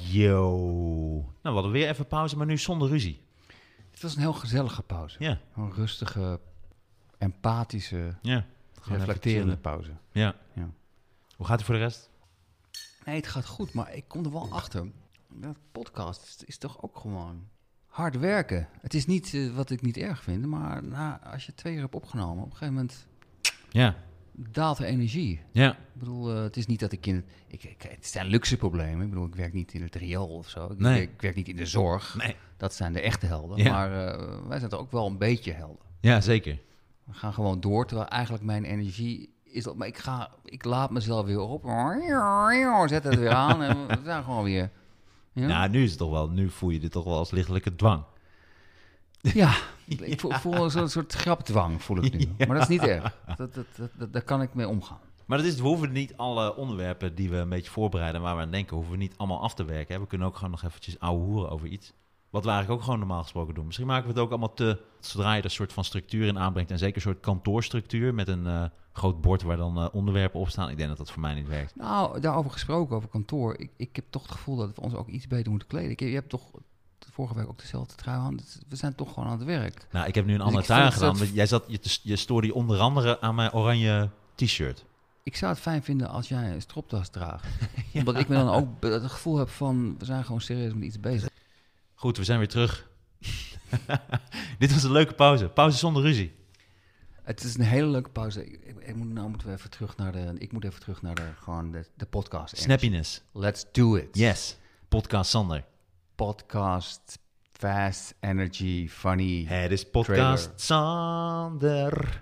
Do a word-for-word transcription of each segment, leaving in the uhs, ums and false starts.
Yo. Nou, we hadden weer even pauze, maar nu zonder ruzie. Het was een heel gezellige pauze. Ja. Een rustige, empathische, Ja. reflecterende pauze. Ja. Ja. Hoe gaat het voor de rest? Nee, het gaat goed, maar ik kom er wel achter. Dat podcast is, is toch ook gewoon hard werken. Het is niet uh, wat ik niet erg vind, maar na, als je twee jaar hebt opgenomen, op een gegeven moment Ja. daalt de energie. Ja. Ik bedoel, uh, het is niet dat ik in het... Ik, ik, het zijn luxe problemen. Ik bedoel, ik werk niet in het riool of zo. Ik, Nee. werk, ik werk niet in de zorg. Nee. Dat zijn de echte helden. Ja. Maar uh, wij zijn toch ook wel een beetje helden. Ja, zeker. We gaan gewoon door, terwijl eigenlijk mijn energie is dat... Maar ik, ga, ik laat mezelf weer op. Zet het weer aan en we zijn gewoon weer... Ja, Nou, nu is het toch wel... Nu voel je dit toch wel als lichtelijke dwang. ja ik voel, voel een soort, soort grapdwang, voel ik nu. Ja. Maar dat is niet erg. Dat, dat, dat, dat, daar kan ik mee omgaan. Maar dat is, we hoeven niet alle onderwerpen die we een beetje voorbereiden... waar we aan denken, hoeven we niet allemaal af te werken. Hè? We kunnen ook gewoon nog eventjes ouwe hoeren over iets. Wat we eigenlijk ook gewoon normaal gesproken doen. Misschien maken we het ook allemaal te... Zodra je er een soort van structuur in aanbrengt... en zeker een soort kantoorstructuur... met een uh, groot bord waar dan uh, onderwerpen op staan. Ik denk dat dat voor mij niet werkt. Nou, daarover gesproken, over kantoor. Ik, ik heb toch het gevoel dat we ons ook iets beter moeten kleden. Ik, je hebt toch vorige week ook dezelfde trui aan. We zijn toch gewoon aan het werk. Nou, ik heb nu een Dus andere ik trui vind gedaan. dat- Want jij zat, je, je stoorde onder andere aan mijn oranje t-shirt. Ik zou het fijn vinden als jij een stropdas draagt. Omdat ik me dan ook be- het gevoel heb van... we zijn gewoon serieus met iets bezig. Goed, we zijn weer terug. Dit was een leuke pauze. Pauze zonder ruzie. Het is een hele leuke pauze. Ik, ik, ik moet, nou moeten we even terug naar de... Ik moet even terug naar de, gewoon de, de podcast. Snappiness. Let's do it. Yes. Podcast Sander. Podcast, fast, energy, funny. Het is podcast Trailer. Sander.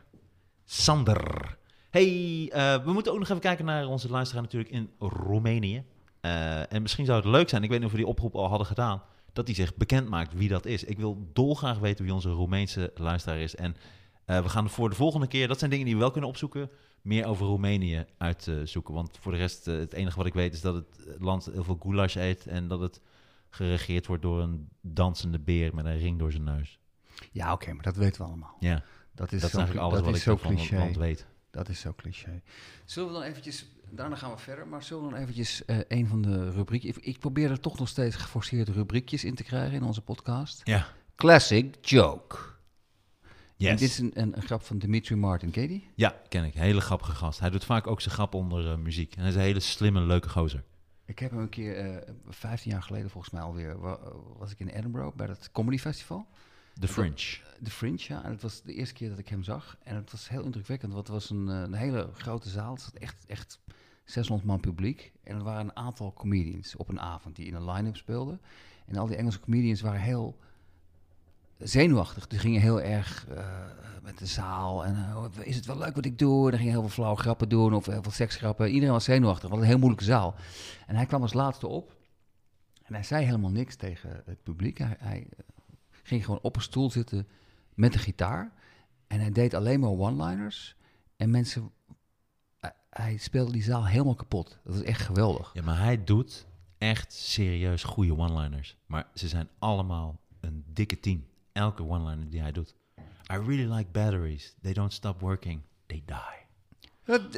Sander. Hey, uh, we moeten ook nog even kijken naar onze luisteraar natuurlijk in Roemenië. Uh, en misschien zou het leuk zijn, ik weet niet of we die oproep al hadden gedaan... dat hij zich bekend maakt wie dat is. Ik wil dolgraag weten wie onze Roemeense luisteraar is. En uh, we gaan voor de volgende keer, dat zijn dingen die we wel kunnen opzoeken... meer over Roemenië uitzoeken. Uh, Want voor de rest, uh, het enige wat ik weet is dat het land heel veel goulash eet... en dat het geregeerd wordt door een dansende beer met een ring door zijn neus. Ja, oké, okay, maar dat weten we allemaal. Ja, dat is, dat is zo, eigenlijk alles dat wat is ik zo van het cliché. land weet. Dat is zo cliché. Zullen we dan eventjes... Daarna gaan we verder, maar zullen we dan eventjes uh, een van de rubrieken... Ik, ik probeer er toch nog steeds geforceerde rubriekjes in te krijgen in onze podcast. Ja. Classic Joke. Yes. En dit is een, een, een grap van Dimitri Martin, ken je die? Ja, ken ik. Hele grappige gast. Hij doet vaak ook zijn grap onder uh, muziek. En hij is een hele slimme, leuke gozer. Ik heb hem een keer, uh, vijftien jaar geleden volgens mij alweer... wa- was ik in Edinburgh bij het Comedy Festival. The Fringe. De Fringe, ja. En het was de eerste keer dat ik hem zag. En het was heel indrukwekkend, want het was een, een hele grote zaal. Het zat echt, echt zeshonderd man publiek. En er waren een aantal comedians op een avond die in een line-up speelden. En al die Engelse comedians waren heel zenuwachtig. Die gingen heel erg uh, met de zaal. En uh, is het wel leuk wat ik doe? En dan gingen heel veel flauwe grappen doen of heel veel seksgrappen. Iedereen was zenuwachtig, want een heel moeilijke zaal. En hij kwam als laatste op. En hij zei helemaal niks tegen het publiek. Hij... hij ging gewoon op een stoel zitten met een gitaar. En hij deed alleen maar one-liners. En mensen... Hij speelde die zaal helemaal kapot. Dat was echt geweldig. Ja, maar hij doet echt serieus goede one-liners. Maar ze zijn allemaal een dikke tien. Elke one-liner die hij doet. I really like batteries. They don't stop working. They die. Oh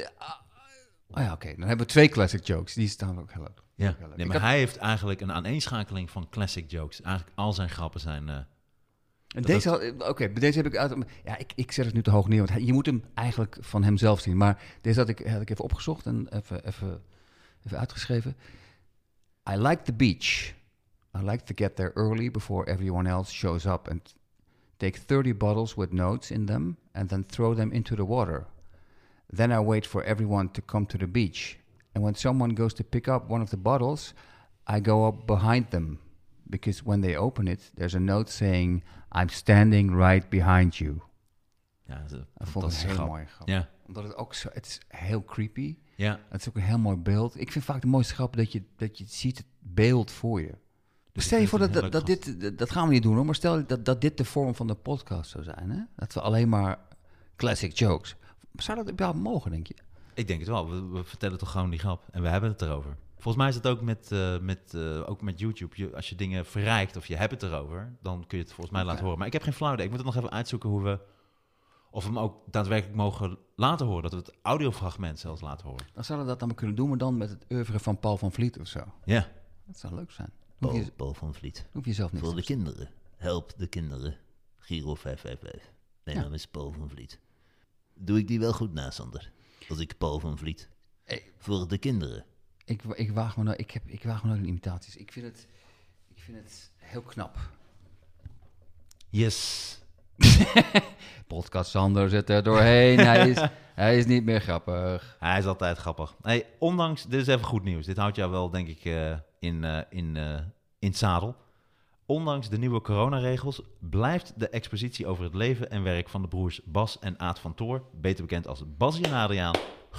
ja, oké. Okay. Dan hebben we twee classic jokes. Die staan ook heel leuk. Ja, heel leuk. nee, maar heb... hij heeft eigenlijk een aaneenschakeling van classic jokes. Eigenlijk al zijn grappen zijn... Uh, En deze, had- oké, okay, bij deze heb ik uit... Ja, ik, ik zet het nu te hoog neer, want hij- je moet hem eigenlijk van hemzelf zien. Maar deze had ik, had ik even opgezocht en even, even, even uitgeschreven. I like the beach. I like to get there early before everyone else shows up and take thirty bottles with notes in them and then throw them into the water. Then I wait for everyone to come to the beach. And when someone goes to pick up one of the bottles, I go up behind them. Because when they open it, there's a note saying, I'm standing right behind you. ja, dat is een Dat vond ik een fantastische heel grap. mooi grap. Ja, Omdat het ook zo, het is heel creepy. ja. Het is ook een heel mooi beeld. Ik vind vaak de mooiste grap dat je, dat je ziet het beeld voor je. Dus Stel je ik voor vind dat, het dat, een dat heel dit, dat gaan we niet doen hoor, maar stel dat, dat dit de vorm van de podcast zou zijn. Hè? Dat we alleen maar classic jokes. Zou dat überhaupt mogen, denk je? Ik denk het wel. We, we vertellen toch gewoon die grap. En we hebben het erover. Volgens mij is het ook met, uh, met, uh, ook met YouTube. Je, als je dingen verrijkt of je hebt het erover, dan kun je het volgens mij laten Okay. horen. Maar ik heb geen flauw idee. Ik moet het nog even uitzoeken hoe we... Of we hem ook daadwerkelijk mogen laten horen. Dat we het audiofragment zelfs laten horen. Dan zouden we dat dan maar kunnen doen, maar dan met het oeuvre van Paul van Vliet of zo. Ja. Dat zou leuk zijn. Hoef je, Paul, Paul van Vliet. hoef je zelf niet Voor te de kinderen. Help de kinderen. Giro vijf vijf vijf. Mijn Ja. naam is Paul van Vliet. Doe ik die wel goed na, Sander? Als ik Paul van Vliet. Hey. Voor de kinderen. Ik, ik, waag me nooit, ik, heb, ik waag me nooit in imitaties. Ik vind het, ik vind het heel knap. Yes. Podcast Sander zit er doorheen. hij, is, hij is niet meer grappig. Hij is altijd grappig. Hey, ondanks, dit is even goed nieuws. Dit houdt jou wel, denk ik, uh, in, uh, in, uh, in het zadel. Ondanks de nieuwe coronaregels blijft de expositie over het leven en werk van de broers Bas en Aad van Toor, beter bekend als Bassie en Adriaan,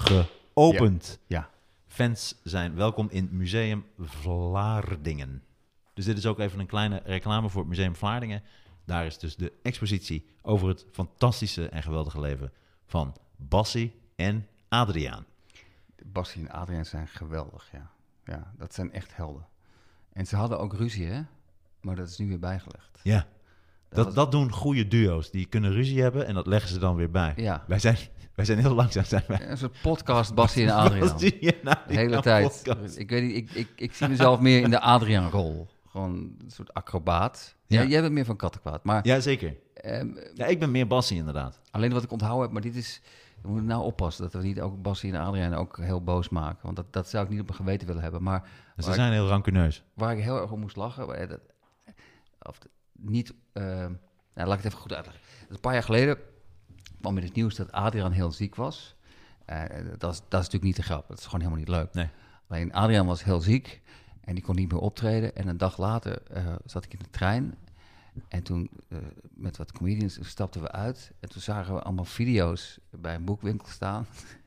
geopend. Ja. Ja. Fans zijn welkom in Museum Vlaardingen. Dus dit is ook even een kleine reclame voor het Museum Vlaardingen. Daar is dus de expositie over het fantastische en geweldige leven van Bassie en Adriaan. Bassie en Adriaan zijn geweldig, ja. Ja, dat zijn echt helden. En ze hadden ook ruzie, hè? Maar dat is nu weer bijgelegd. Ja, Dat, dat, was- dat doen goede duo's. Die kunnen ruzie hebben en dat leggen ze dan weer bij. Ja, Wij zijn, wij zijn heel langzaam zijn wij. een soort podcast Bassie en Adriaan. Bassie en De hele Adriaan tijd. podcast. Ik weet niet, ik, ik, ik zie mezelf meer in de Adriaan-rol. Gewoon een soort acrobaat. Ja. Ja. Jij bent meer van kattenkwaad. Maar Ja, zeker. ehm, Ja, ik ben meer Bassie inderdaad. alleen wat ik onthouden heb, maar dit is... We moeten nou oppassen dat we niet ook Bassie en Adriaan ook heel boos maken. Want dat, dat zou ik niet op mijn geweten willen hebben. Maar Ze waar, zijn heel rancuneus. waar ik heel erg om moest lachen... waar- dat, of de- niet... ehm, nou, laat ik het even goed uitleggen. Dus een paar jaar geleden kwam in het nieuws dat Adriaan heel ziek was. Eh, dat, is, dat is natuurlijk niet de grap. Dat is gewoon helemaal niet leuk. Nee. Alleen Adriaan was heel ziek en die kon niet meer optreden. En een dag later eh, zat ik in de trein. En toen eh, met wat comedians stapten we uit. En toen zagen we allemaal video's bij een boekwinkel staan.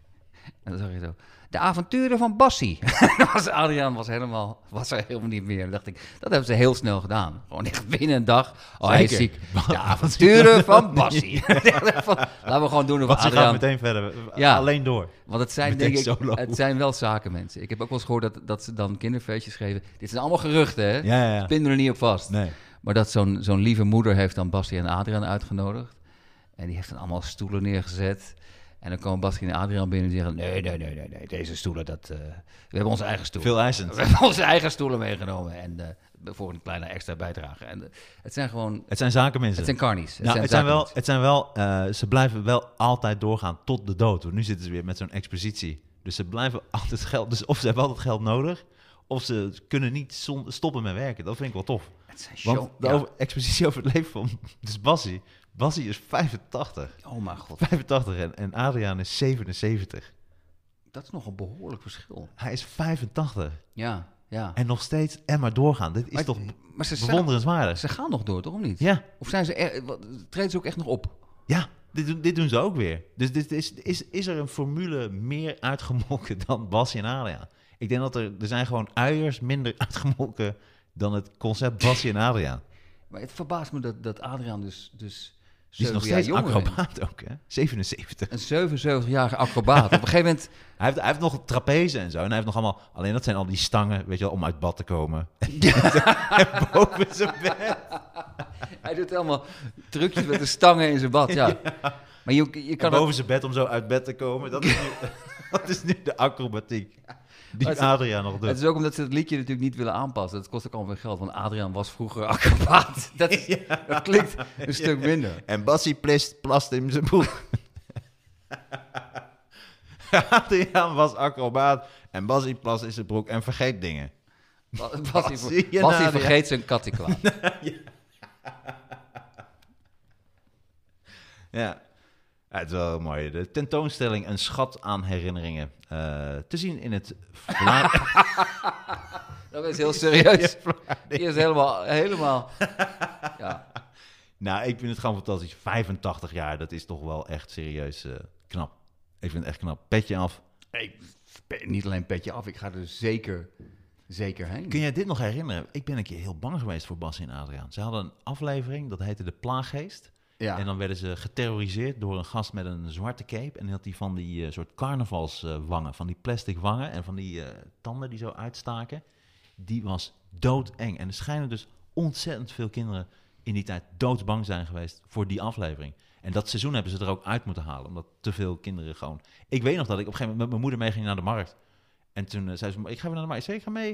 En dan zag je zo... De avonturen van Bassie. En was Adriaan was, helemaal, was er helemaal niet meer. En dacht ik, dat hebben ze heel snel gedaan. Gewoon echt binnen een dag. Oh, hij is Zeker. ziek. De avonturen van Bassie. Laten we gewoon doen over Bassie gaat Adriaan. meteen verder. Ja. Alleen door. Want het zijn, Meteen denk ik, solo. het zijn wel zakenmensen. Ik heb ook wel eens gehoord dat, dat ze dan kinderfeestjes geven. Dit zijn allemaal geruchten, hè? Ja, ja, ja. Pin me er niet op vast. Nee. Maar dat zo'n zo'n lieve moeder heeft dan Bassie en Adriaan uitgenodigd. En die heeft dan allemaal stoelen neergezet. En dan komen Bassie en Adriaan binnen en zeggen... Nee, nee, nee, nee, nee deze stoelen, dat, uh, we hebben onze eigen stoelen. Veel eisend. We hebben onze eigen stoelen meegenomen. En uh, voor een kleine extra bijdrage. En uh, het zijn gewoon... Het zijn zakenmensen. Het zijn carnies. Het Nou, zijn het zijn wel, zakenmensen. het zijn wel uh, ze blijven wel altijd doorgaan tot de dood. Want nu zitten ze weer met zo'n expositie. Dus ze blijven altijd geld. Dus of ze hebben altijd geld nodig, of ze kunnen niet zon- stoppen met werken. Dat vind ik wel tof. Het zijn show... Want de ja. over, expositie over het leven van dus Bassie. Bassie is vijfentachtig. Oh mijn god. vijfentachtig en, en Adriaan is zevenenzeventig. Dat is nog een behoorlijk verschil. Hij is vijfentachtig. Ja, ja. En nog steeds en maar doorgaan. Dit is Maar- toch Maar ze, gaan, bewonderenswaardig. ze gaan nog door, toch of niet? Ja, Of zijn ze er, wat- treden ze ook echt nog op? ja. Dit, doen- dit doen ze ook weer. Dus dit is, is, is er een formule meer uitgemolken dan Bassie en Adriaan? Ik denk dat er, er zijn gewoon uiers minder uitgemolken dan het concept Bassie en Adriaan. Maar het verbaast me dat, dat Adriaan dus, dus Die is nog zeven jaar steeds jonger is. acrobaat ook, hè? zevenenzeventig. Een zevenenzeventig-jarige acrobaat. Op een gegeven moment... Hij heeft, hij heeft nog trapeze en zo. En hij heeft nog allemaal... Alleen dat zijn al die stangen, weet je wel, om uit bad te komen. En boven zijn bed. Hij doet allemaal trucjes met de stangen in zijn bad, ja. Maar je, je En kan boven het, zijn bed om zo uit bed te komen. Dat is nu, dat is nu de acrobatiek. Die Maar het- Adriaan nog doet. het is ook omdat ze het liedje natuurlijk niet willen aanpassen. Dat kost ook allemaal veel geld, want Adriaan was vroeger acrobaat. Dat, is, dat klinkt een stuk minder. En Bassie plast, plast in zijn broek. Adriaan was acrobaat en Bassie plast in zijn broek en vergeet dingen. Bassie, Bassie en Bassie Adriaan. vergeet zijn kattenkwaad. Ja. Ja, het is wel heel mooi. De tentoonstelling Een schat aan herinneringen. Uh, te zien in het Vla- Dat is heel serieus. Die is helemaal... helemaal ja. Nou, ik vind het gewoon fantastisch. vijfentachtig jaar, dat is toch wel echt serieus uh, knap. Ik vind het echt knap. Petje af. Hey, niet alleen petje af, ik ga er zeker, zeker heen. Kun jij dit nog herinneren? Ik ben een keer heel bang geweest voor Bassie en Adriaan. Ze hadden een aflevering, dat heette De Plaaggeest. Ja. En dan werden ze geterroriseerd door een gast met een zwarte cape. En die had die van die uh, soort carnavalswangen, uh, van die plastic wangen en van die uh, tanden die zo uitstaken. Die was doodeng. En er schijnen dus ontzettend veel kinderen in die tijd doodsbang zijn geweest voor die aflevering. En dat seizoen hebben ze er ook uit moeten halen, omdat te veel kinderen gewoon... Ik weet nog dat ik op een gegeven moment met mijn moeder meeging naar de markt. En toen uh, zei ze, ik ga weer naar de markt. Ik zei, ik ga mee.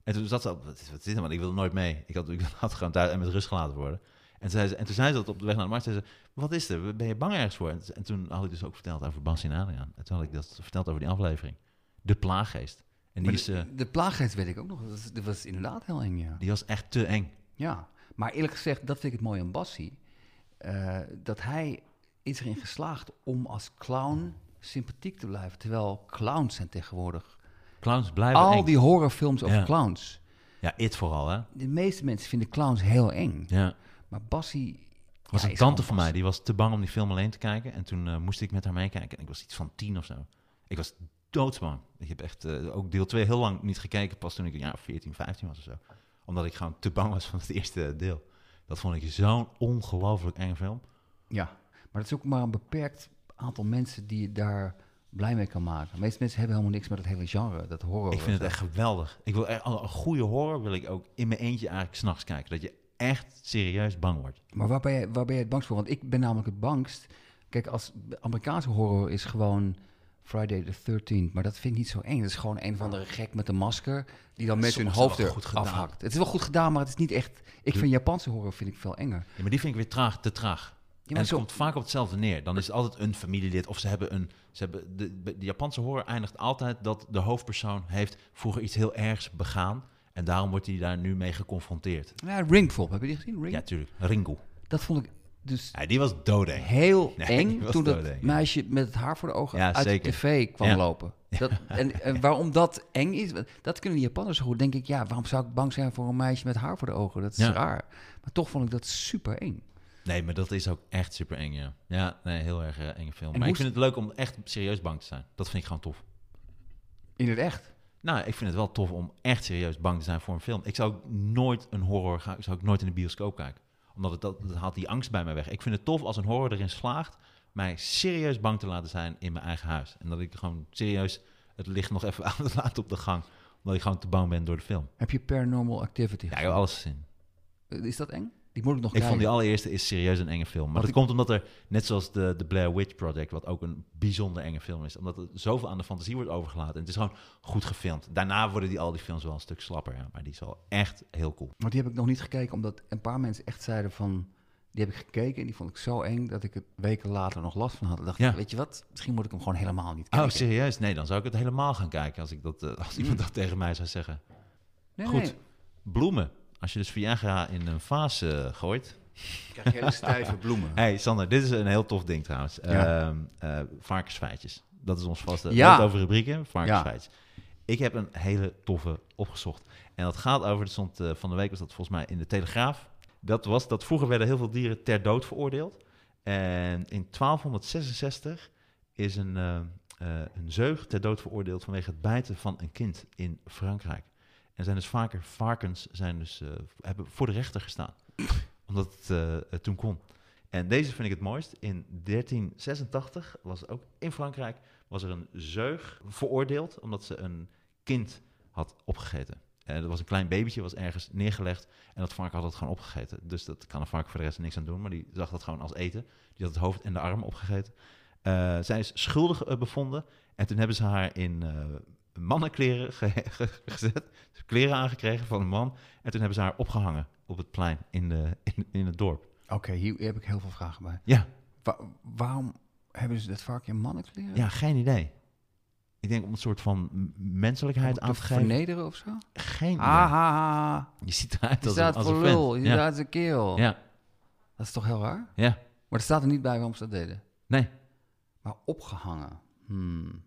En toen zat ze op, wat is, wat is dit man? Ik wil nooit mee. Ik had, ik had gewoon thuis en met rust gelaten worden. En, zei ze, en toen zei ze dat op de weg naar de markt. Zei ze, wat is er? Ben je bang ergens voor? En, en toen had ik dus ook verteld over Bassie en Adriaan. En toen had ik dat verteld over die aflevering. De plaaggeest. En die, de, is, uh, de plaaggeest weet ik ook nog. Dat was, dat was inderdaad heel eng, ja. Die was echt te eng. Ja, maar eerlijk gezegd, dat vind ik het mooie aan Bassie. Uh, dat hij is erin geslaagd om als clown sympathiek te blijven. Terwijl clowns zijn tegenwoordig. Clowns blijven Al eng. die horrorfilms over ja. clowns. Ja, It vooral, hè? De meeste mensen vinden clowns heel eng. Ja. Maar Bassie... was ja, een tante van mij, die was te bang om die film alleen te kijken. En toen uh, moest ik met haar meekijken. En ik was iets van tien of zo. Ik was doodsbang. Ik heb echt uh, ook deel twee heel lang niet gekeken. Pas toen ik ja, veertien, vijftien was of zo. Omdat ik gewoon te bang was van het eerste deel. Dat vond ik zo'n ongelooflijk enge film. Ja, maar het is ook maar een beperkt aantal mensen die je daar blij mee kan maken. De meeste mensen hebben helemaal niks met het hele genre, dat horror. Ik vind het echt geweldig. Ik wil echt, een goede horror wil ik ook in mijn eentje eigenlijk 's nachts kijken. Dat je echt serieus bang wordt. Maar waar ben, je, waar ben je het bangst voor? Want ik ben namelijk het bangst... Kijk, als Amerikaanse horror is gewoon Friday the thirteenth, maar dat vind ik niet zo eng. Dat is gewoon een of andere gek met een masker die dan mensen hun hoofd er afhakt. Het is wel goed gedaan, maar het is niet echt... Ik vind Japanse horror vind ik veel enger. Ja, maar die vind ik weer traag, te traag. Ja, en het zo... komt vaak op hetzelfde neer. Dan is het altijd een familielid of ze hebben een... Ze hebben de, de Japanse horror eindigt altijd dat de hoofdpersoon heeft vroeger iets heel ergs begaan. En daarom wordt hij daar nu mee geconfronteerd. Ja, Ring bijvoorbeeld. Heb je die gezien? Ring? Ja, tuurlijk. Ringo. Dat vond ik dus... Ja, die was doodeng. Heel nee, eng toen dat doodeng, meisje met het haar voor de ogen ja, uit zeker. de tv kwam ja. lopen. Dat, en, en waarom dat eng is, dat kunnen die Japanners zo goed. Denk ik, ja, waarom zou ik bang zijn voor een meisje met haar voor de ogen? Dat is ja. raar. Maar toch vond ik dat super eng. Nee, maar dat is ook echt super eng, ja. Ja, nee, heel erg uh, enge film. En maar ik vind het leuk om echt serieus bang te zijn. Dat vind ik gewoon tof. In het echt? Nou, ik vind het wel tof om echt serieus bang te zijn voor een film. Ik zou nooit een horror gaan, zou ik nooit in de bioscoop kijken. Omdat het, dat, dat haalt die angst bij mij weg. Ik vind het tof als een horror erin slaagt mij serieus bang te laten zijn in mijn eigen huis. En dat ik gewoon serieus het licht nog even aan laat op de gang. Omdat ik gewoon te bang ben door de film. Heb je Paranormal Activity gezien? Ja, ik heb alles gezien. Is dat eng? Die moet ik nog Ik kijken. vond die allereerste is serieus een enge film. Maar Want dat ik... komt omdat er, net zoals de, de Blair Witch Project, wat ook een bijzonder enge film is, omdat er zoveel aan de fantasie wordt overgelaten. En het is gewoon goed gefilmd. Daarna worden die, al die films wel een stuk slapper. Ja. Maar die is wel echt heel cool. Want die heb ik nog niet gekeken, omdat een paar mensen echt zeiden van... Die heb ik gekeken en die vond ik zo eng dat ik het weken later nog last van had. Ik dacht, ja. weet je wat, misschien moet ik hem gewoon helemaal niet kijken. Oh, serieus? Nee, dan zou ik het helemaal gaan kijken als, ik dat, uh, als iemand dat tegen mij zou zeggen. Nee, goed, nee. Bloemen. Als je dus Viagra in een vaas uh, gooit... krijg je hele stijve bloemen. Hey Sander, dit is een heel tof ding trouwens. Ja. Uh, uh, varkensfeitjes. Dat is ons vaste ja. over rubrieken. Varkensfeitjes. Ja. Ik heb een hele toffe opgezocht. En dat gaat over, dat stond uh, van de week was dat volgens mij in de Telegraaf. Dat was dat vroeger werden heel veel dieren ter dood veroordeeld. En in twaalfhonderdzesenzestig is een, uh, uh, een zeug ter dood veroordeeld vanwege het bijten van een kind in Frankrijk. En zijn dus vaker varkens zijn dus, uh, hebben voor de rechter gestaan. Omdat het uh, toen kon. En deze vind ik het mooist. In dertien zesentachtig was ook in Frankrijk was er een zeug veroordeeld omdat ze een kind had opgegeten. En er was een klein babytje, was ergens neergelegd en dat varken had het gewoon opgegeten. Dus dat kan een varken voor de rest niks aan doen, maar die zag dat gewoon als eten. Die had het hoofd en de arm opgegeten. Uh, zij is schuldig uh, bevonden en toen hebben ze haar in uh, mannenkleren ge- ge- gezet. Dus kleren aangekregen van een man en toen hebben ze haar opgehangen op het plein in, de, in, in het dorp. Oké, okay, hier heb ik heel veel vragen bij. Ja. Wa- waarom hebben ze dat varken in mannenkleren? Ja, geen idee. Ik denk om een soort van menselijkheid aan te geven. Vernederen of zo? Geen idee. Aha. Je ziet eruit je als, staat een, als voor een lul, vent. je Ja. staat als een keel. Ja. Dat is toch heel raar? Ja. Maar er staat er niet bij waarom ze dat deden. Nee. Maar opgehangen. Hmm.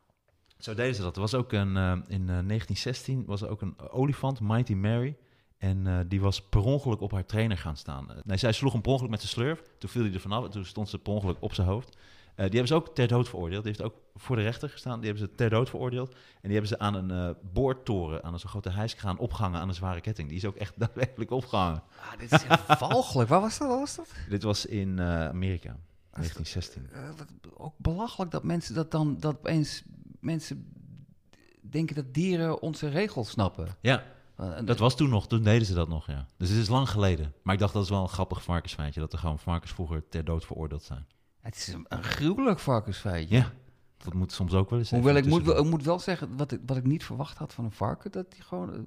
Zo deden ze dat. Er was ook een, uh, in uh, negentien zestien was er ook een olifant, Mighty Mary. En uh, die was per ongeluk op haar trainer gaan staan. Uh, nee, zij sloeg hem per ongeluk met zijn slurf. Toen viel hij er vanaf en toen stond ze per ongeluk op zijn hoofd. Uh, die hebben ze ook ter dood veroordeeld. Die heeft ook voor de rechter gestaan. Die hebben ze ter dood veroordeeld. En die hebben ze aan een uh, boortoren, aan een zo'n grote hijskraan opgehangen aan een zware ketting. Die is ook echt daadwerkelijk opgehangen. Ah, dit is walgelijk. Waar was dat? Waar was dat? Dit was in uh, Amerika, negentien zestien. Uh, wat, ook belachelijk dat mensen dat dan, dat opeens mensen denken dat dieren onze regels snappen. Ja. Uh, Dat was toen nog, toen deden ze dat nog, ja. Dus het is lang geleden. Maar ik dacht, dat is wel een grappig varkensfeitje, dat er gewoon varkens vroeger ter dood veroordeeld zijn. Het is een, een gruwelijk varkensfeitje. Ja, dat moet soms ook wel eens. Hoewel ik moet, wel, ik moet wel zeggen, wat ik, wat ik niet verwacht had van een varken, dat die gewoon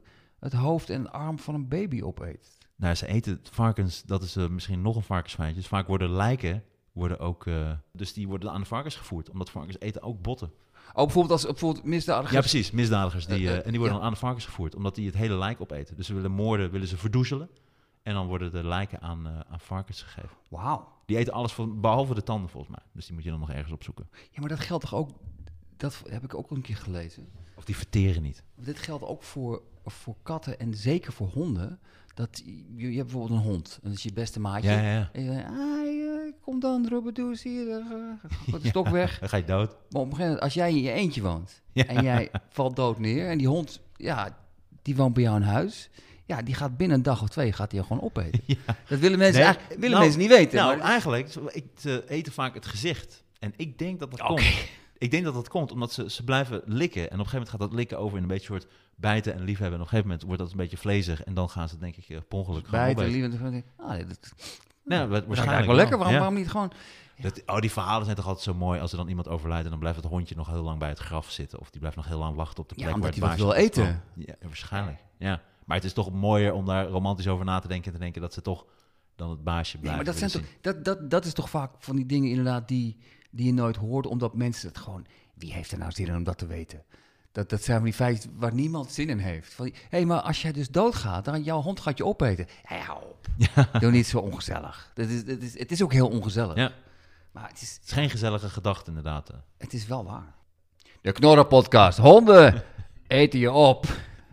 het hoofd en arm van een baby opeet? Nou, ze eten varkens, dat is uh, misschien nog een varkensfeitje. Dus vaak worden lijken, worden ook, uh, dus die worden aan de varkens gevoerd. Omdat varkens eten ook botten. Oh, bijvoorbeeld als bijvoorbeeld misdadigers? Ja, precies, misdadigers. Die, uh, uh, en die worden ja. dan aan de varkens gevoerd, omdat die het hele lijk opeten. Dus ze willen moorden, willen ze verdoezelen. En dan worden de lijken aan, uh, aan varkens gegeven. Wauw. Die eten alles, van, behalve de tanden volgens mij. Dus die moet je dan nog ergens opzoeken. Ja, maar dat geldt toch ook, dat heb ik ook een keer gelezen. Of die verteren niet. Dit geldt ook voor, voor katten en zeker voor honden. Dat je, je hebt bijvoorbeeld een hond, en dat is je beste maatje. Ja, ja, ja. En je zegt, ah, uh, kom dan, Robert, zie je, uh, de stok weg. Dan ga je dood. Maar op een gegeven moment, als jij in je eentje woont ja. en jij valt dood neer en die hond, ja, die woont bij jou in huis. Ja, die gaat binnen een dag of twee gaat die jou gewoon opeten. Ja. Dat willen mensen, nee, eigenlijk, willen nou, mensen niet weten. Nou, maar... eigenlijk, ze eten vaak het gezicht. En ik denk dat dat okay. komt. Ik denk dat dat komt omdat ze, ze blijven likken. En op een gegeven moment gaat dat likken over in een beetje soort bijten en liefhebben. En op een gegeven moment wordt dat een beetje vlezig. En dan gaan ze denk ik per ongeluk gaan bijten, liefhebben. Ah, nee, dat, nou, dat is eigenlijk wel lekker. Waarom, ja. waarom niet gewoon... Ja. Dat, oh, die verhalen zijn toch altijd zo mooi. Als er dan iemand overlijdt en dan blijft het hondje nog heel lang bij het graf zitten. Of die blijft nog heel lang wachten op de plek ja, waar het baasje wil eten. Ja, waarschijnlijk. Ja. Maar het is toch mooier om daar romantisch over na te denken. En te denken dat ze toch dan het baasje blijven. Ja, maar dat, zijn toch, dat, dat, dat is toch vaak van die dingen inderdaad die, die je nooit hoort. Omdat mensen het gewoon... Wie heeft er nou zin in om dat te weten? Dat, dat zijn van die feiten waar niemand zin in heeft. Hé, hey, maar als jij dus doodgaat, dan jouw hond gaat je opeten. Hé, hey, hou op. Ja. Doe niet zo ongezellig. Dat is, dat is, het is ook heel ongezellig. Ja. Maar het is, het is geen gezellige gedachte, inderdaad. Het is wel waar. De Knorren Podcast. Honden eten je op.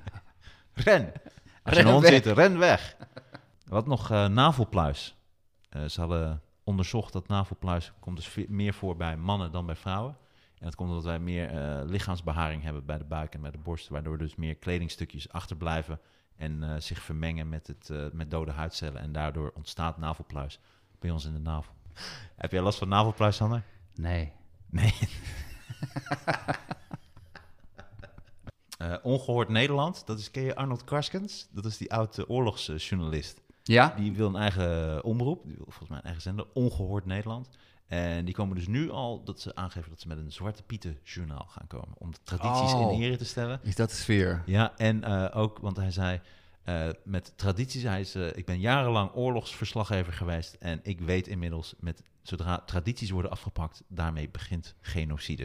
Ren. Als je een hond zit, ren weg. Wat nog uh, navelpluis. Uh, ze hadden onderzocht dat navelpluis komt dus meer voor bij mannen dan bij vrouwen. En dat komt omdat wij meer uh, lichaamsbeharing hebben bij de buik en bij de borst, waardoor dus meer kledingstukjes achterblijven en uh, zich vermengen met, het, uh, met dode huidcellen. En daardoor ontstaat navelpluis bij ons in de navel. Heb jij last van navelpluis, Sander? Nee. Nee. uh, Ongehoord Nederland, dat is, ken je Arnold Karskens? Dat is die oude oorlogsjournalist. Ja? Die wil een eigen omroep, die wil volgens mij een eigen zender, Ongehoord Nederland. En die komen dus nu al dat ze aangeven dat ze met een Zwarte Pieten journaal gaan komen. Om de tradities oh, in ere te stellen. Is dat de sfeer? Ja, en uh, ook, want hij zei, uh, met tradities, hij is, uh, ik ben jarenlang oorlogsverslaggever geweest. En ik weet inmiddels, met, zodra tradities worden afgepakt, daarmee begint genocide.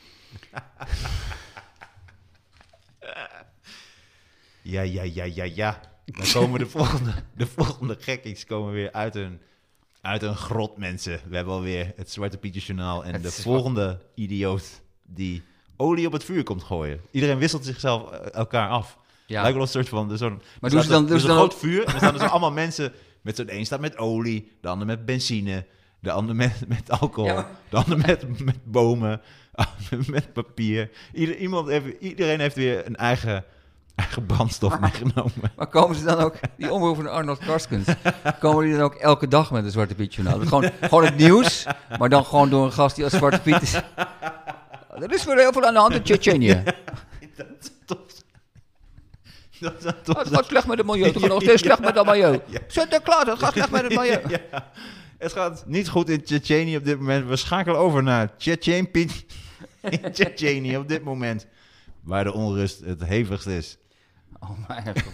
ja, ja, ja, ja, ja. Dan komen de volgende, de volgende gekkies komen weer uit hun... Uit een grot, mensen. We hebben alweer het Zwarte Pietje journaal. En het de volgende wat... idioot die olie op het vuur komt gooien. Iedereen wisselt zichzelf uh, elkaar af. Ja. Lijkt wel een soort van... Zo'n, maar doen ze dan... Er is een dan groot vuur. En er staan dus allemaal mensen... Met zo'n een staat met olie. De ander met benzine. De ander met, met alcohol. Ja. De ander met, met bomen. met papier. Ieder, iemand heeft, iedereen heeft weer een eigen... eigen brandstof maar, meegenomen. Maar komen ze dan ook, die omroep van Arnold Karskens, komen die dan ook elke dag met een Zwarte Piet journaal? Gewoon, gewoon het nieuws, maar dan gewoon door een gast die als Zwarte Piet is. Er is weer heel veel aan de hand in Tsjetsjenië. Dat is tof. Dat is tof. Oh, het gaat slecht met het milieu, het gaat nog steeds slecht met het milieu. Sinterklaas, het gaat slecht met het milieu. Ja. Het gaat niet goed in Tsjetsjenië op dit moment. We schakelen over naar Tsjetsjenië op dit moment. Waar de onrust het hevigst is. Oh mijn god.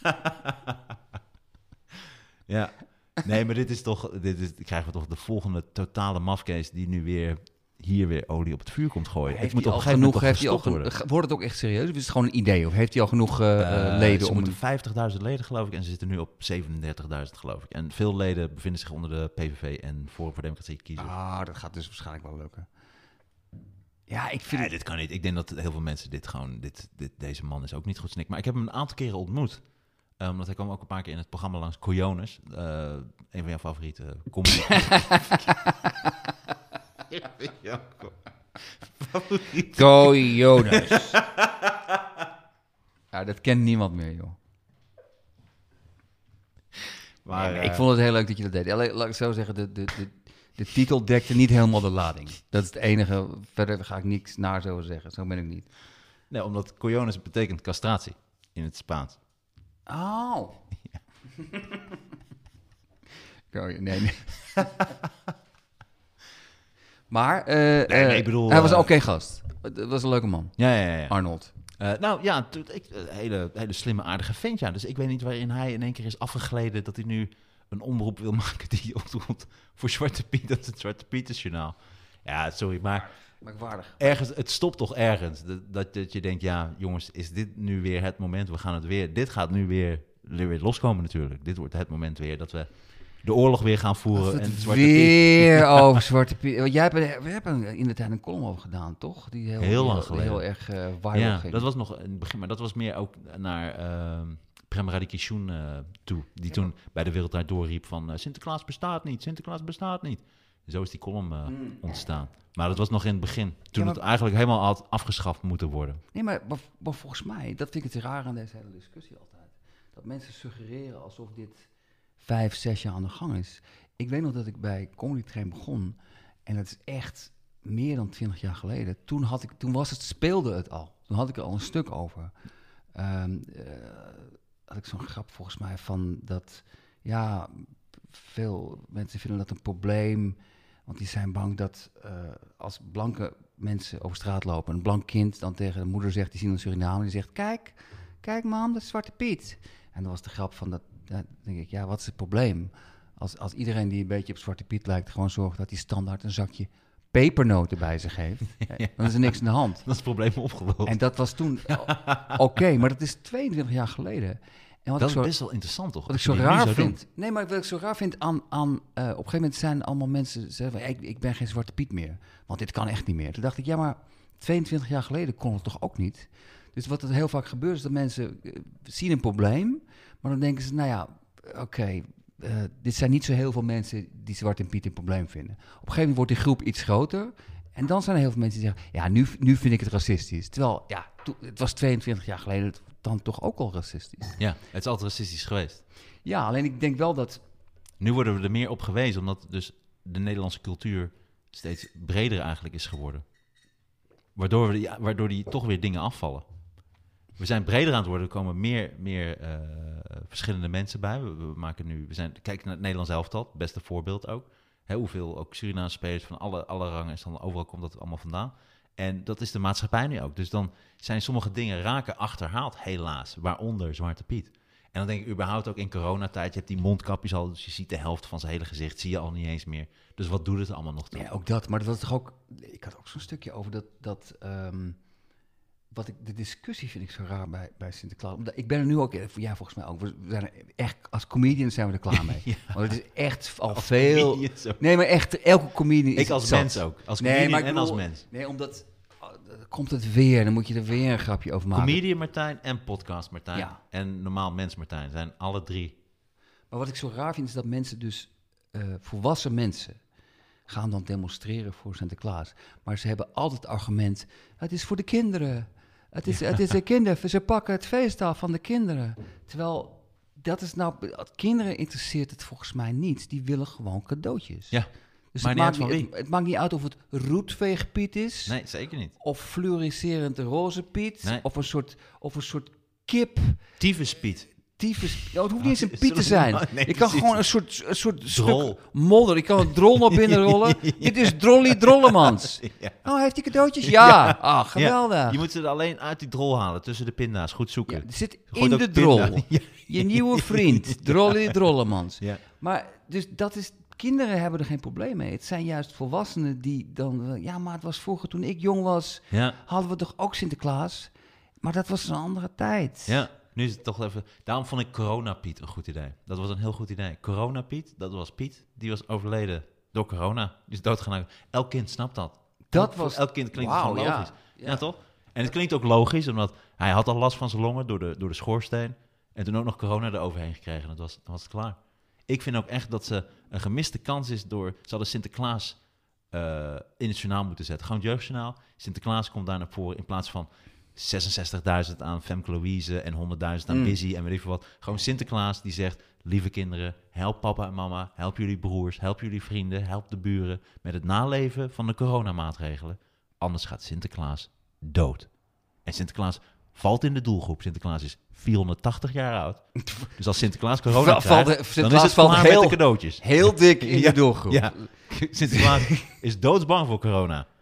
Ja, nee, maar dit is toch, dit is, krijgen we toch de volgende totale mafcase die nu weer hier weer olie op het vuur komt gooien. Heeft hij al genoeg? Heeft hij al genoeg? Wordt het ook echt serieus? Of is het gewoon een idee? Of heeft hij al genoeg uh, uh, leden? Ze om moeten vijftigduizend leden, geloof ik, en ze zitten nu op zevenendertigduizend, geloof ik. En veel leden bevinden zich onder de P V V en Forum voor Democratie kiezen. Ah, dat gaat dus waarschijnlijk wel lukken. Ja, ik vind... Nee, dit kan niet. Ik denk dat heel veel mensen dit gewoon... Dit, dit, deze man is ook niet goed snik. Maar ik heb hem een aantal keren ontmoet. Um, omdat hij kwam ook een paar keer in het programma langs Coyones. Uh, een van jouw favoriete comedy. ja, ja, favoriet. Coyones. Ja, dat kent niemand meer, joh. Maar, nee, uh, ik vond het heel leuk dat je dat deed. Alleen, laat ik zo zeggen, de... de, de De titel dekte niet helemaal de lading. Dat is het enige. Verder ga ik niks naar zo zeggen. Zo ben ik niet. Nee, omdat coyones betekent castratie in het Spaans. Oh. Ja. nee, nee. maar uh, nee, nee, ik bedoel, hij was een oké okay gast. Het was een leuke man. Ja, ja, ja. Arnold. Uh, nou ja, t- ik, een hele, hele slimme, aardige vent, ja. Dus ik weet niet waarin hij in één keer is afgegleden dat hij nu een omroep wil maken die opdoet voor Zwarte Piet. Dat is het Zwarte Pietersjournaal. Ja, sorry, maar Merkwaardig. ergens, het stopt toch ergens. Dat, dat, dat je denkt, ja, jongens, is dit nu weer het moment? We gaan het weer, dit gaat nu weer, weer loskomen natuurlijk. Dit wordt het moment weer dat we de oorlog weer gaan voeren. En Zwarte weer Piet. over Zwarte Piet. Want jij hebt, we hebben in de tijd een column over gedaan, toch? Die heel, Heel lang heel, geleden. heel erg uh, viral Ja, ging. dat was nog in het begin, maar dat was meer ook naar uh, Prem Radikation uh, toe. Die ja. toen bij de Wereld Draait Door riep van uh, Sinterklaas bestaat niet, Sinterklaas bestaat niet. En zo is die column uh, mm. ontstaan. Maar dat was nog in het begin, toen ja, maar, het eigenlijk helemaal had afgeschaft moeten worden. Nee, maar, maar, maar volgens mij, dat vind ik het raar aan deze hele discussie altijd. Dat mensen suggereren alsof dit vijf, zes jaar aan de gang is. Ik weet nog dat ik bij Comedy Train begon. En dat is echt meer dan twintig jaar geleden. Toen, had ik, toen was het, speelde het al. Toen had ik er al een stuk over. Um, uh, had ik zo'n grap volgens mij van dat... Ja, veel mensen vinden dat een probleem. Want die zijn bang dat uh, als blanke mensen over straat lopen... een blank kind dan tegen de moeder zegt... die zien een Suriname, die zegt... Kijk, kijk mam, dat is Zwarte Piet. En dan was de grap van dat... Dan denk ik, ja, wat is het probleem? Als, als iedereen die een beetje op Zwarte Piet lijkt... gewoon zorgt dat hij standaard een zakje pepernoten bij zich heeft... ja. dan is er niks aan de hand. Dat is het probleem opgelost. En dat was toen oké, okay, maar dat is tweeëntwintig jaar geleden. En wat dat ik zo, is best wel interessant, toch? Wat ik zo raar vind... Doen. Nee, maar wat ik zo raar vind aan... aan uh, op een gegeven moment zijn allemaal mensen... zeggen van, ik, ik ben geen Zwarte Piet meer. Want dit kan echt niet meer. Toen dacht ik, ja, maar tweeëntwintig jaar geleden kon het toch ook niet? Dus wat er heel vaak gebeurt is dat mensen uh, zien een probleem... maar dan denken ze, nou ja, oké... Okay, Uh, dit zijn niet zo heel veel mensen die Zwarte Piet een probleem vinden. Op een gegeven moment wordt die groep iets groter. En dan zijn er heel veel mensen die zeggen... ja, nu, nu vind ik het racistisch. Terwijl, ja, to, het was tweeëntwintig jaar geleden dan toch ook al racistisch. Ja, het is altijd racistisch geweest. Ja, alleen ik denk wel dat... Nu worden we er meer op gewezen... omdat dus de Nederlandse cultuur steeds breder eigenlijk is geworden. Waardoor, we die, waardoor die toch weer dingen afvallen. We zijn breder aan het worden. Er komen meer, meer uh, verschillende mensen bij. We, we maken nu... We zijn, kijk naar het Nederlands elftal. Het beste voorbeeld ook. Hè, hoeveel ook Surinaamse spelers van alle, alle rangen... en dan overal komt dat allemaal vandaan. En dat is de maatschappij nu ook. Dus dan zijn sommige dingen raken achterhaald, helaas. Waaronder Zwarte Piet. En dan denk ik überhaupt ook in coronatijd... je hebt die mondkapjes al, dus je ziet de helft van zijn hele gezicht... zie je al niet eens meer. Dus wat doet het allemaal nog toe? Ja, ook dat. Maar dat was toch ook... Ik had ook zo'n stukje over dat... dat um, wat ik, de discussie vind ik zo raar bij, bij Sinterklaas. Ik ben er nu ook... Ja, volgens mij ook. We zijn er echt... Als comedians zijn we er klaar mee. Ja. Want het is echt al als veel... Nee, maar echt, elke comedian is Ik als zat. mens ook. Als comedian nee, maar en bedoel, als mens. Nee, omdat... Dan komt het weer, dan moet je er weer een grapje over maken. Comedian Martijn en podcast Martijn. Ja. En normaal mens Martijn zijn alle drie. Maar wat ik zo raar vind is dat mensen dus... Uh, volwassen mensen... gaan dan demonstreren voor Sinterklaas. Maar ze hebben altijd het argument... het is voor de kinderen. Het is, ja. het is de kinderen. Ze pakken het feest af van de kinderen. Terwijl, dat is nou... Kinderen interesseert het volgens mij niet. Die willen gewoon cadeautjes. Ja. Dus het maakt, niet, het, het maakt niet uit of het roetveegpiet is. Nee, zeker niet. Of fluoriserend roze piet. Nee. Of een soort, of een soort kip. Tyfuspiet. Tyfus, ja, het hoeft niet eens een piet te zijn. Nee, je kan gewoon een soort, een soort drol. Stuk modder. Je kan een drol naar binnen rollen. ja. Dit is Drolly Drollemans. ja. Oh, heeft hij cadeautjes? Ja. ja. Ah, geweldig. Ja. Je moet ze er alleen uit die drol halen, tussen de pinda's. Goed zoeken. Ja, het zit Gooi in de drol. Ja. Je nieuwe vriend, Drolly Drollemans. Ja. Maar dus dat is... Kinderen hebben er geen probleem mee. Het zijn juist volwassenen die dan... Ja, maar het was vroeger toen ik jong was... Ja. hadden we toch ook Sinterklaas? Maar dat was een andere tijd. Ja. Nu is het toch even... Daarom vond ik Corona Piet een goed idee. Dat was een heel goed idee. Corona Piet, dat was Piet. Die was overleden door corona. Die is doodgegaan. Elk kind snapt dat. Dat was... Elk kind klinkt wow, gewoon logisch. Ja. Ja. ja, toch? En het klinkt ook logisch, omdat hij had al last van zijn longen door de, door de schoorsteen. En toen ook nog corona eroverheen gekregen. Dat was, dan was het klaar. Ik vind ook echt dat ze een gemiste kans is door... Ze hadden Sinterklaas uh, in het journaal moeten zetten. Gewoon het jeugdjournaal. Sinterklaas komt daar naar voren in plaats van... zesenzestigduizend aan Femke Louise en honderdduizend aan mm. Busy en weet ik veel wat. Gewoon Sinterklaas die zegt, lieve kinderen, help papa en mama, help jullie broers, help jullie vrienden, help de buren met het naleven van de coronamaatregelen. Anders gaat Sinterklaas dood. En Sinterklaas valt in de doelgroep. Sinterklaas is vierhonderdtachtig jaar oud. Dus als Sinterklaas corona valt, krijgt, Sinterklaas dan is het valt heel, met de cadeautjes. Heel dik in ja, de doelgroep. Ja. Sinterklaas is doodsbang voor corona.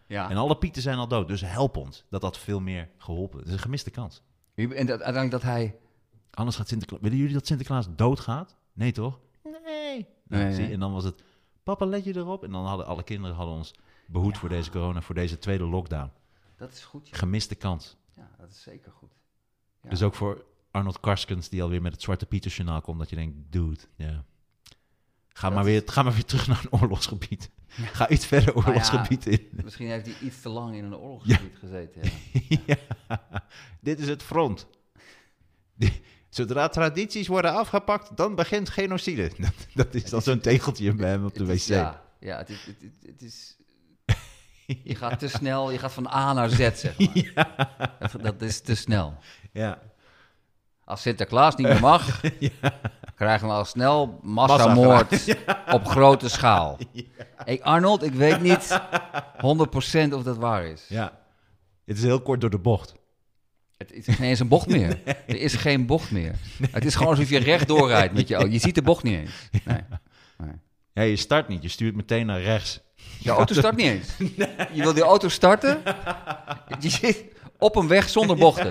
Ja. En alle Pieten zijn al dood. Dus help ons. Dat had veel meer geholpen. Het is een gemiste kans. En dat, uiteindelijk dat hij... Anders gaat Sinterklaas... Willen jullie dat Sinterklaas doodgaat? Nee, toch? Nee. Nou, Nee, zie, nee. en dan was het... Papa, let je erop? En dan hadden alle kinderen hadden ons behoed Ja. voor deze corona, voor deze tweede lockdown. Dat is goed, ja. Gemiste kans. Ja, dat is zeker goed. Ja. Dus ook voor Arnold Karskens, die alweer met het Zwarte Pieter journaal komt, dat je denkt, dude, ja. Ga, Dat maar is- weer, ga maar weer terug naar een oorlogsgebied. Ga iets verder Nou ja, oorlogsgebied in. Misschien heeft hij iets te lang in een oorlogsgebied gezeten. Ja. Ja. Dit is het front. Die- Zodra tradities worden afgepakt, dan begint genocide. Dat, dat is dan zo'n tegeltje bij hem op de Het wc. is- Ja, ja het, is, het, het, het is... Je gaat te snel, je gaat van A naar Z, zeg maar. Dat, dat is te snel. Ja. Als Sinterklaas niet meer mag, krijgen we al snel massamoord op grote schaal. Hey Arnold, ik weet niet honderd procent of dat waar is. Ja. Het is heel kort door de bocht. Het is geen eens een bocht meer. Er is geen bocht meer. Het is gewoon alsof je rechtdoor rijdt met je auto. Je ziet de bocht niet eens. Nee. Nee. Ja, je start niet, je stuurt meteen naar rechts. Je auto start niet eens. Je wil die auto starten. Je zit op een weg zonder bochten.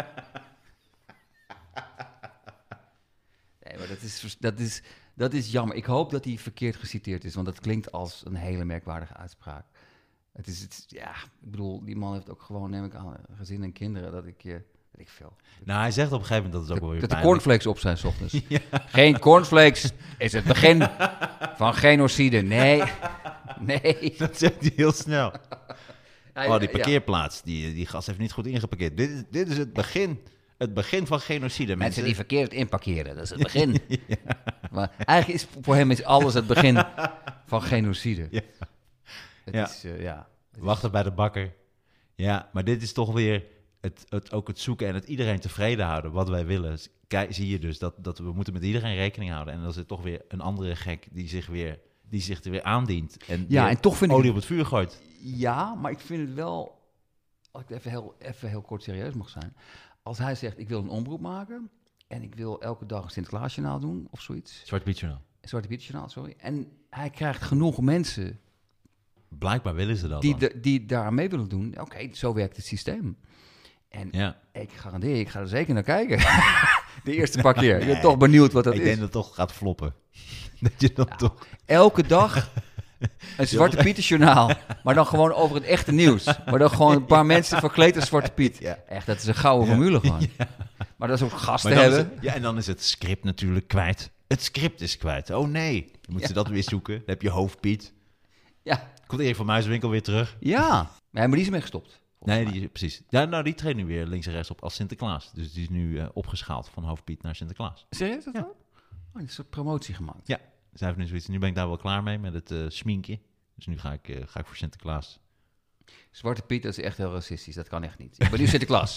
Nee, maar dat is, vers- dat, is, dat is jammer. Ik hoop dat hij verkeerd geciteerd is, want dat klinkt als een hele merkwaardige uitspraak. Het is, het, is- ja, ik bedoel, die man heeft ook gewoon, neem ik aan, een gezin en kinderen, dat ik, eh, weet ik veel. Nou, hij zegt op een gegeven moment dat het ook wel weer Dat de pijnlijk- cornflakes op zijn 's ochtends. Geen cornflakes is het begin van genocide. Nee, nee. Dat zegt hij heel snel. Hij- Oh, die ja. parkeerplaats, die, die gast heeft niet goed ingeparkeerd. Dit is, dit is het begin, het begin van genocide, Mensen mensen. die verkeerd inparkeren, dat is het begin. Maar eigenlijk is voor hem is alles het begin van genocide. Ja. Het Ja. is, eh, ja. Het Wachten bij de bakker. Ja, maar dit is toch weer het, het, ook het zoeken en het iedereen tevreden houden, wat wij willen. Kijk, zie je dus dat, dat we moeten met iedereen rekening houden. En dan is het toch weer een andere gek die zich, weer, die zich er weer aandient. En Ja, weer en toch vind ik olie het- op het vuur gooit. Ja, maar ik vind het wel, als ik even heel, even heel kort serieus mag zijn. Als hij zegt, ik wil een omroep maken en ik wil elke dag een Sinterklaasjournaal doen of zoiets. Zwart Piet Journaal. Een Zwarte Piet journaal, sorry. En hij krijgt genoeg mensen Blijkbaar willen ze dat die, dan. de, die daar aan mee willen doen. Oké, zo werkt het systeem. En Ja. ik garandeer, je, ik ga er zeker naar kijken. De eerste paar keer. Je bent toch benieuwd wat dat Ik is. denk dat het toch gaat floppen. Dat je dan toch... Elke dag een Zwarte Pieter-journaal. Maar dan gewoon over het echte nieuws. Maar dan gewoon een paar mensen verkleed als Zwarte Piet. Ja. Echt, dat is een gouden formule gewoon. Maar dat is ook gasten Maar dan is hebben. het- ja, en dan is het script natuurlijk kwijt. Het script is kwijt. Oh nee, dan moeten ze dat weer zoeken. Dan heb je hoofdpiet. Ja, Komt Erik van Muiswinkel weer terug? ja. Nee, maar die is mee gestopt. Nee, die, precies. Ja, nou, die treedt nu weer links en rechts op als Sinterklaas. Dus die is nu eh, opgeschaald van hoofdpiet naar Sinterklaas. Serieus dat Ja. wel? Oh, die is een promotie gemaakt. Ja, dus hij heeft nu zoiets. Nu ben ik daar wel klaar mee met het eh sminken. Dus nu ga ik, eh, ga ik voor Sinterklaas. Zwarte Piet, dat is echt heel racistisch. Dat kan echt niet. Ik ben nu Sinterklaas.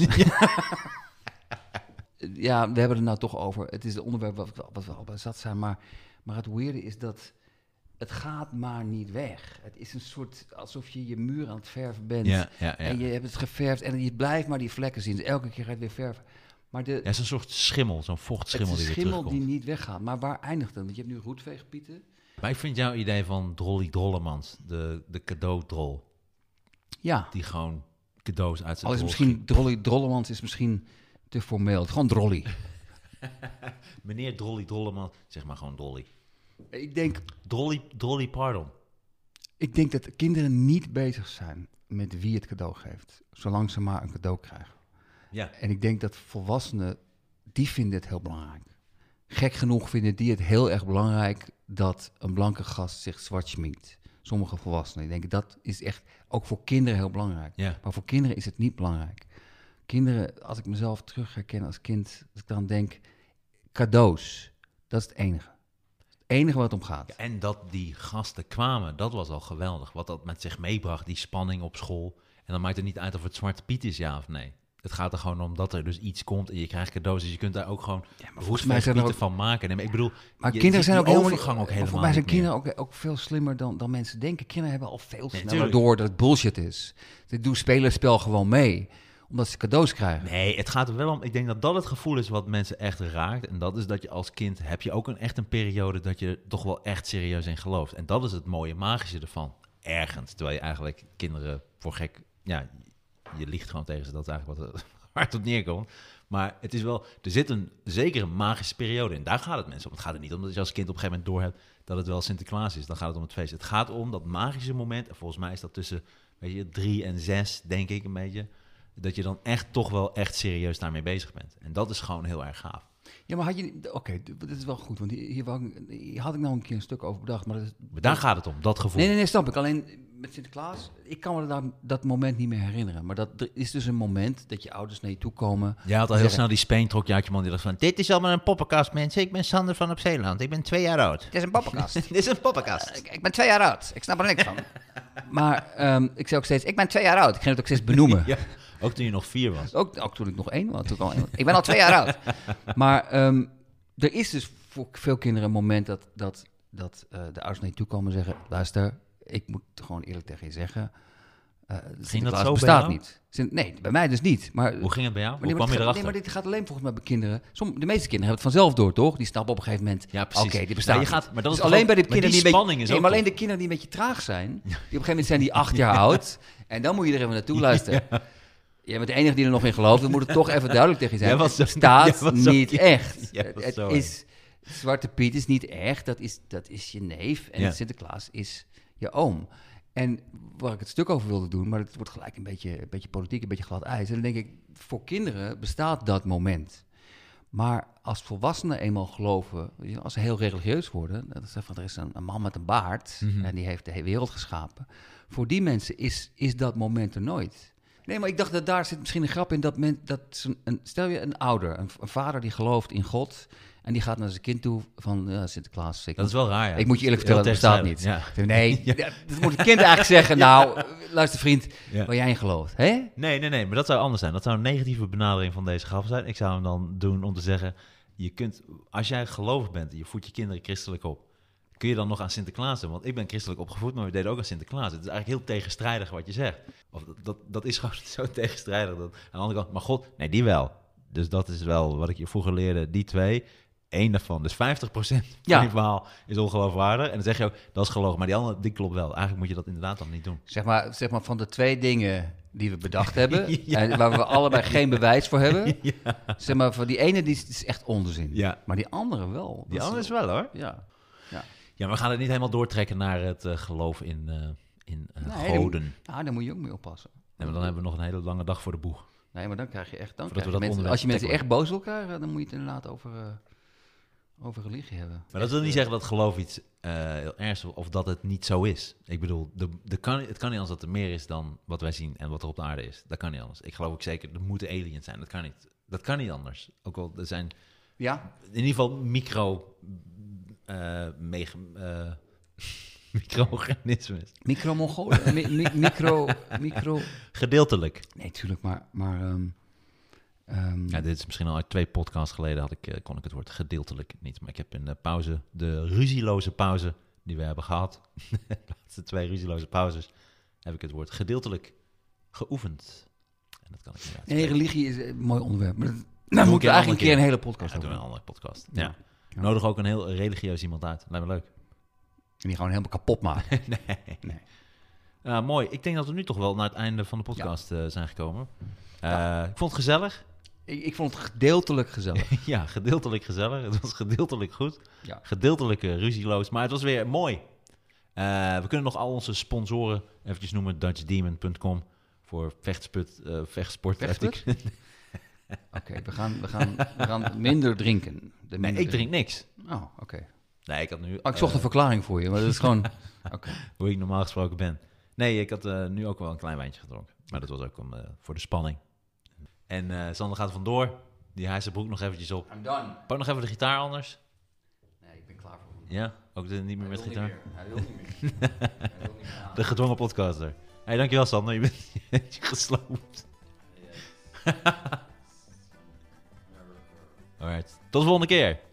Ja, we hebben het nou toch over. Het is het onderwerp wat, we- wat we al bij zat zijn. Maar, maar het weirde is dat het gaat maar niet weg. Het is een soort alsof je je muur aan het verven bent. Ja, ja, ja. En je hebt het geverfd en je blijft maar die vlekken zien. Dus elke keer ga je het weer verven. Maar de, Ja, het is een soort schimmel, zo'n het vochtschimmel is die een weer schimmel terugkomt. die niet weggaat. Maar waar eindigt het? Want je hebt nu roetveegpieten. Maar ik vind jouw idee van Drolly Drollemans, de, de cadeaudrol, Ja, die gewoon cadeaus uit zijn al is drol misschien Drolly Drollemans is misschien te formeel. Het is gewoon Drolly. schiet. Meneer Drolly Drollemans, zeg maar gewoon Drolly. Ik denk, Drolly, Drolly Pardon. ik denk dat kinderen niet bezig zijn met wie het cadeau geeft. Zolang ze maar een cadeau krijgen. Ja. En ik denk dat volwassenen, die vinden het heel belangrijk. Gek genoeg vinden die het heel erg belangrijk dat een blanke gast zich zwart schminkt. Sommige volwassenen. Ik denk dat is echt ook voor kinderen heel belangrijk. Ja. Maar voor kinderen is het niet belangrijk. Kinderen, als ik mezelf terug herken als kind, als ik dan denk, cadeaus, dat is het enige. Het enige wat het om gaat. En dat die gasten kwamen, dat was al geweldig. Wat dat met zich meebracht, die spanning op school. En dan maakt het niet uit of het Zwarte Piet is, ja of nee. Het gaat er gewoon om dat er dus iets komt en je krijgt cadeaus. Dus je kunt daar ook gewoon volgens mij zijn er roestveegpieten ook- van maken. Nee, maar ik bedoel, Maar je kinderen ziet zijn ook die helemaal overgang ook niet- helemaal Voor mij zijn niet meer. kinderen ook, ook veel slimmer dan, dan mensen denken. Kinderen hebben al veel sneller tuurlijk. door dat het bullshit is. Ze doen spelerspel gewoon mee, omdat ze cadeaus krijgen. Nee, het gaat er wel om. Ik denk dat dat het gevoel is wat mensen echt raakt. En dat is dat je als kind heb je ook een, echt een periode dat je er toch wel echt serieus in gelooft. En dat is het mooie magische ervan. ergend. Terwijl je eigenlijk kinderen voor gek... Ja, je liegt gewoon tegen ze. Dat is eigenlijk wat er hard op neerkomt. Maar het is wel... Er zit een zekere magische periode in. Daar gaat het mensen om. Het gaat er niet om dat je als kind op een gegeven moment doorhebt dat het wel Sinterklaas is. Dan gaat het om het feest. Het gaat om dat magische moment. En volgens mij is dat tussen weet je, drie en zes, denk ik een beetje. Dat je dan echt toch wel echt serieus daarmee bezig bent. En dat is gewoon heel erg gaaf. Ja, maar had je... Oké, okay, dat is wel goed. Want hier, hier, wou ik, hier had ik nou een keer een stuk over bedacht. Maar, dat is, maar daar gaat het om, dat gevoel. Nee, nee, nee, snap ik. Alleen met Sinterklaas, ik kan me daar, dat moment niet meer herinneren. Maar dat, er is dus een moment dat je ouders naar je toe komen. Je had al heel snel die speen, trok je uit je mond. Die dacht van, dit is allemaal een poppenkast, mensen. Ik ben Sander van op Zeeland. Ik ben twee jaar oud. Het is een poppenkast. Dit is een poppenkast. Uh, ik, ik ben twee jaar oud. Ik snap er niks van. Maar um, ik zei ook steeds, ik ben twee jaar oud. Ik ging het ook steeds benoemen. Ja, ook toen je nog vier was. Ook, ook toen ik nog één was. Toen ik, al één was. Ik ben al twee jaar oud. Maar um, er is dus voor veel kinderen een moment dat, dat, dat uh, de ouders naar je toe komen en zeggen... Luister, ik moet gewoon eerlijk tegen je zeggen... Uh, Sinterklaas zo bestaat bij niet. Sint- nee, bij mij dus niet. Maar, Hoe ging het bij jou? Maar Hoe nee, kwam je gaat, erachter? Nee, maar dit gaat alleen volgens mij bij kinderen. Som, de meeste kinderen hebben het vanzelf door, toch? Die snappen op een gegeven moment... Ja, precies. Oké, okay, die bestaat ja, je niet. gaat, maar dat dus is alleen ook, bij de kinderen die, die een beetje... is Nee, ook maar alleen tof. de kinderen die een beetje traag zijn... Die op een gegeven moment zijn die acht jaar oud... En dan moet je er even naartoe luisteren. Ja. Jij bent de enige die er nog in gelooft. Dan moet het toch even duidelijk tegen je zijn. Het zo, staat zo, niet zo, echt. Het zo, is, Zwarte Piet is niet echt. Dat is, dat is je neef. En ja. Sinterklaas is je oom. En waar ik het stuk over wilde doen... maar het wordt gelijk een beetje, een beetje politiek, een beetje glad ijs. En dan denk ik, voor kinderen bestaat dat moment. Maar als volwassenen eenmaal geloven... als ze heel religieus worden... dat is van, er is een, een man met een baard... Mm-hmm. en die heeft de hele wereld geschapen... voor die mensen is, is dat moment er nooit. Nee, maar ik dacht dat daar zit misschien een grap in... dat, men, dat een, stel je een ouder, een, een vader die gelooft in God... en die gaat naar zijn kind toe van uh, Sinterklaas. Ik dat is wel raar, ja. Ik moet je eerlijk vertellen, dat bestaat niet. Ja. Nee, ja. dat moet het kind eigenlijk zeggen... nou, luister vriend, ja. waar jij in gelooft. Hè? Nee, nee, nee, maar dat zou anders zijn. Dat zou een negatieve benadering van deze grap zijn. Ik zou hem dan doen om te zeggen... je kunt, als jij gelovig bent en je voedt je kinderen christelijk op... kun je dan nog aan Sinterklaas doen? Want ik ben christelijk opgevoed, maar we deden ook aan Sinterklaas. Het is eigenlijk heel tegenstrijdig wat je zegt. Of dat, dat, dat is gewoon zo tegenstrijdig. Dat, aan de andere kant, maar God, nee, die wel. Dus dat is wel wat ik je vroeger leerde, die twee... Eén daarvan, dus vijftig procent van ja. je verhaal is ongeloofwaardig. En dan zeg je ook, dat is gelogen. Maar die andere, die klopt wel. Eigenlijk moet je dat inderdaad dan niet doen. Zeg maar, zeg maar van de twee dingen die we bedacht hebben... ja. en waar we allebei geen bewijs voor hebben... Ja. zeg maar, van die ene die is, die is echt onzin. Ja. Maar die andere wel. Die andere is wel, hoor. Ja. Ja. ja, maar we gaan het niet helemaal doortrekken naar het uh, geloof in, uh, in uh, nee, goden. Dan, nou, daar moet je ook mee oppassen. Nee, maar dan hebben we nog een hele lange dag voor de boeg. Nee, maar dan krijg je echt... Dan krijg je je mensen, als je mensen echt boos wil krijgen... dan moet je het inderdaad over... Uh, over religie hebben. Maar dat wil niet zeggen dat geloof iets uh, heel ergs is of dat het niet zo is. Ik bedoel, de, de kan, het kan niet anders dat er meer is dan wat wij zien en wat er op de aarde is. Dat kan niet anders. Ik geloof ook zeker, er moeten aliens zijn. Dat kan niet. Dat kan niet anders. Ook al er zijn ja. in ieder geval micro... Uh, mega, uh, micro-organismes. Micro-mongolen? mi- mi- micro, micro... Gedeeltelijk. Nee, tuurlijk, maar... maar um, um... Ja, dit is misschien al uit twee podcasts geleden had ik, uh, kon ik het woord gedeeltelijk niet. Maar ik heb in de pauze, de ruzieloze pauze die we hebben gehad... de laatste twee ruzieloze pauzes... heb ik het woord gedeeltelijk geoefend. En dat kan ik niet uitspreken. Nee, religie is een mooi onderwerp. Maar dat, daar moeten we eigenlijk een keer een hele podcast ja, over doen. een andere podcast. Ja. Ja. Ja. Nodig ook een heel religieus iemand uit. Lijkt me leuk. En die gewoon helemaal kapot maken. nee. nee. Uh, mooi. Ik denk dat we nu toch wel naar het einde van de podcast ja. uh, zijn gekomen. Uh, ja. Ik vond het gezellig. Ik, ik vond het gedeeltelijk gezellig. ja, gedeeltelijk gezellig. Het was gedeeltelijk goed. Ja. Gedeeltelijk uh, ruzieloos. Maar het was weer mooi. Uh, we kunnen nog al onze sponsoren eventjes noemen. dutch demon punt com voor vechtsput, uh, vechtsport. Vechtsput? Oké, okay, we, gaan, we, gaan, we gaan minder drinken. De minder nee, ik drink drinken. niks. Oh, oké. Okay. Nee, ik had nu... Oh, ik zocht uh, een verklaring voor je, maar dat is gewoon... okay. Hoe ik normaal gesproken ben. Nee, ik had uh, nu ook wel een klein wijntje gedronken. Maar dat was ook om, uh, voor de spanning. En uh, Sander gaat er vandoor. Die hijst zijn broek nog eventjes op. I'm done. Pak nog even de gitaar anders. Nee, ik ben klaar voor hem. Ja? Ook de, niet meer Hij met gitaar? Niet meer. Hij wil niet meer. Hij wil niet meer de gedwongen podcaster. Hé, hey, dankjewel Sander. Je bent, je bent gesloopt. Alright. Tot de volgende keer.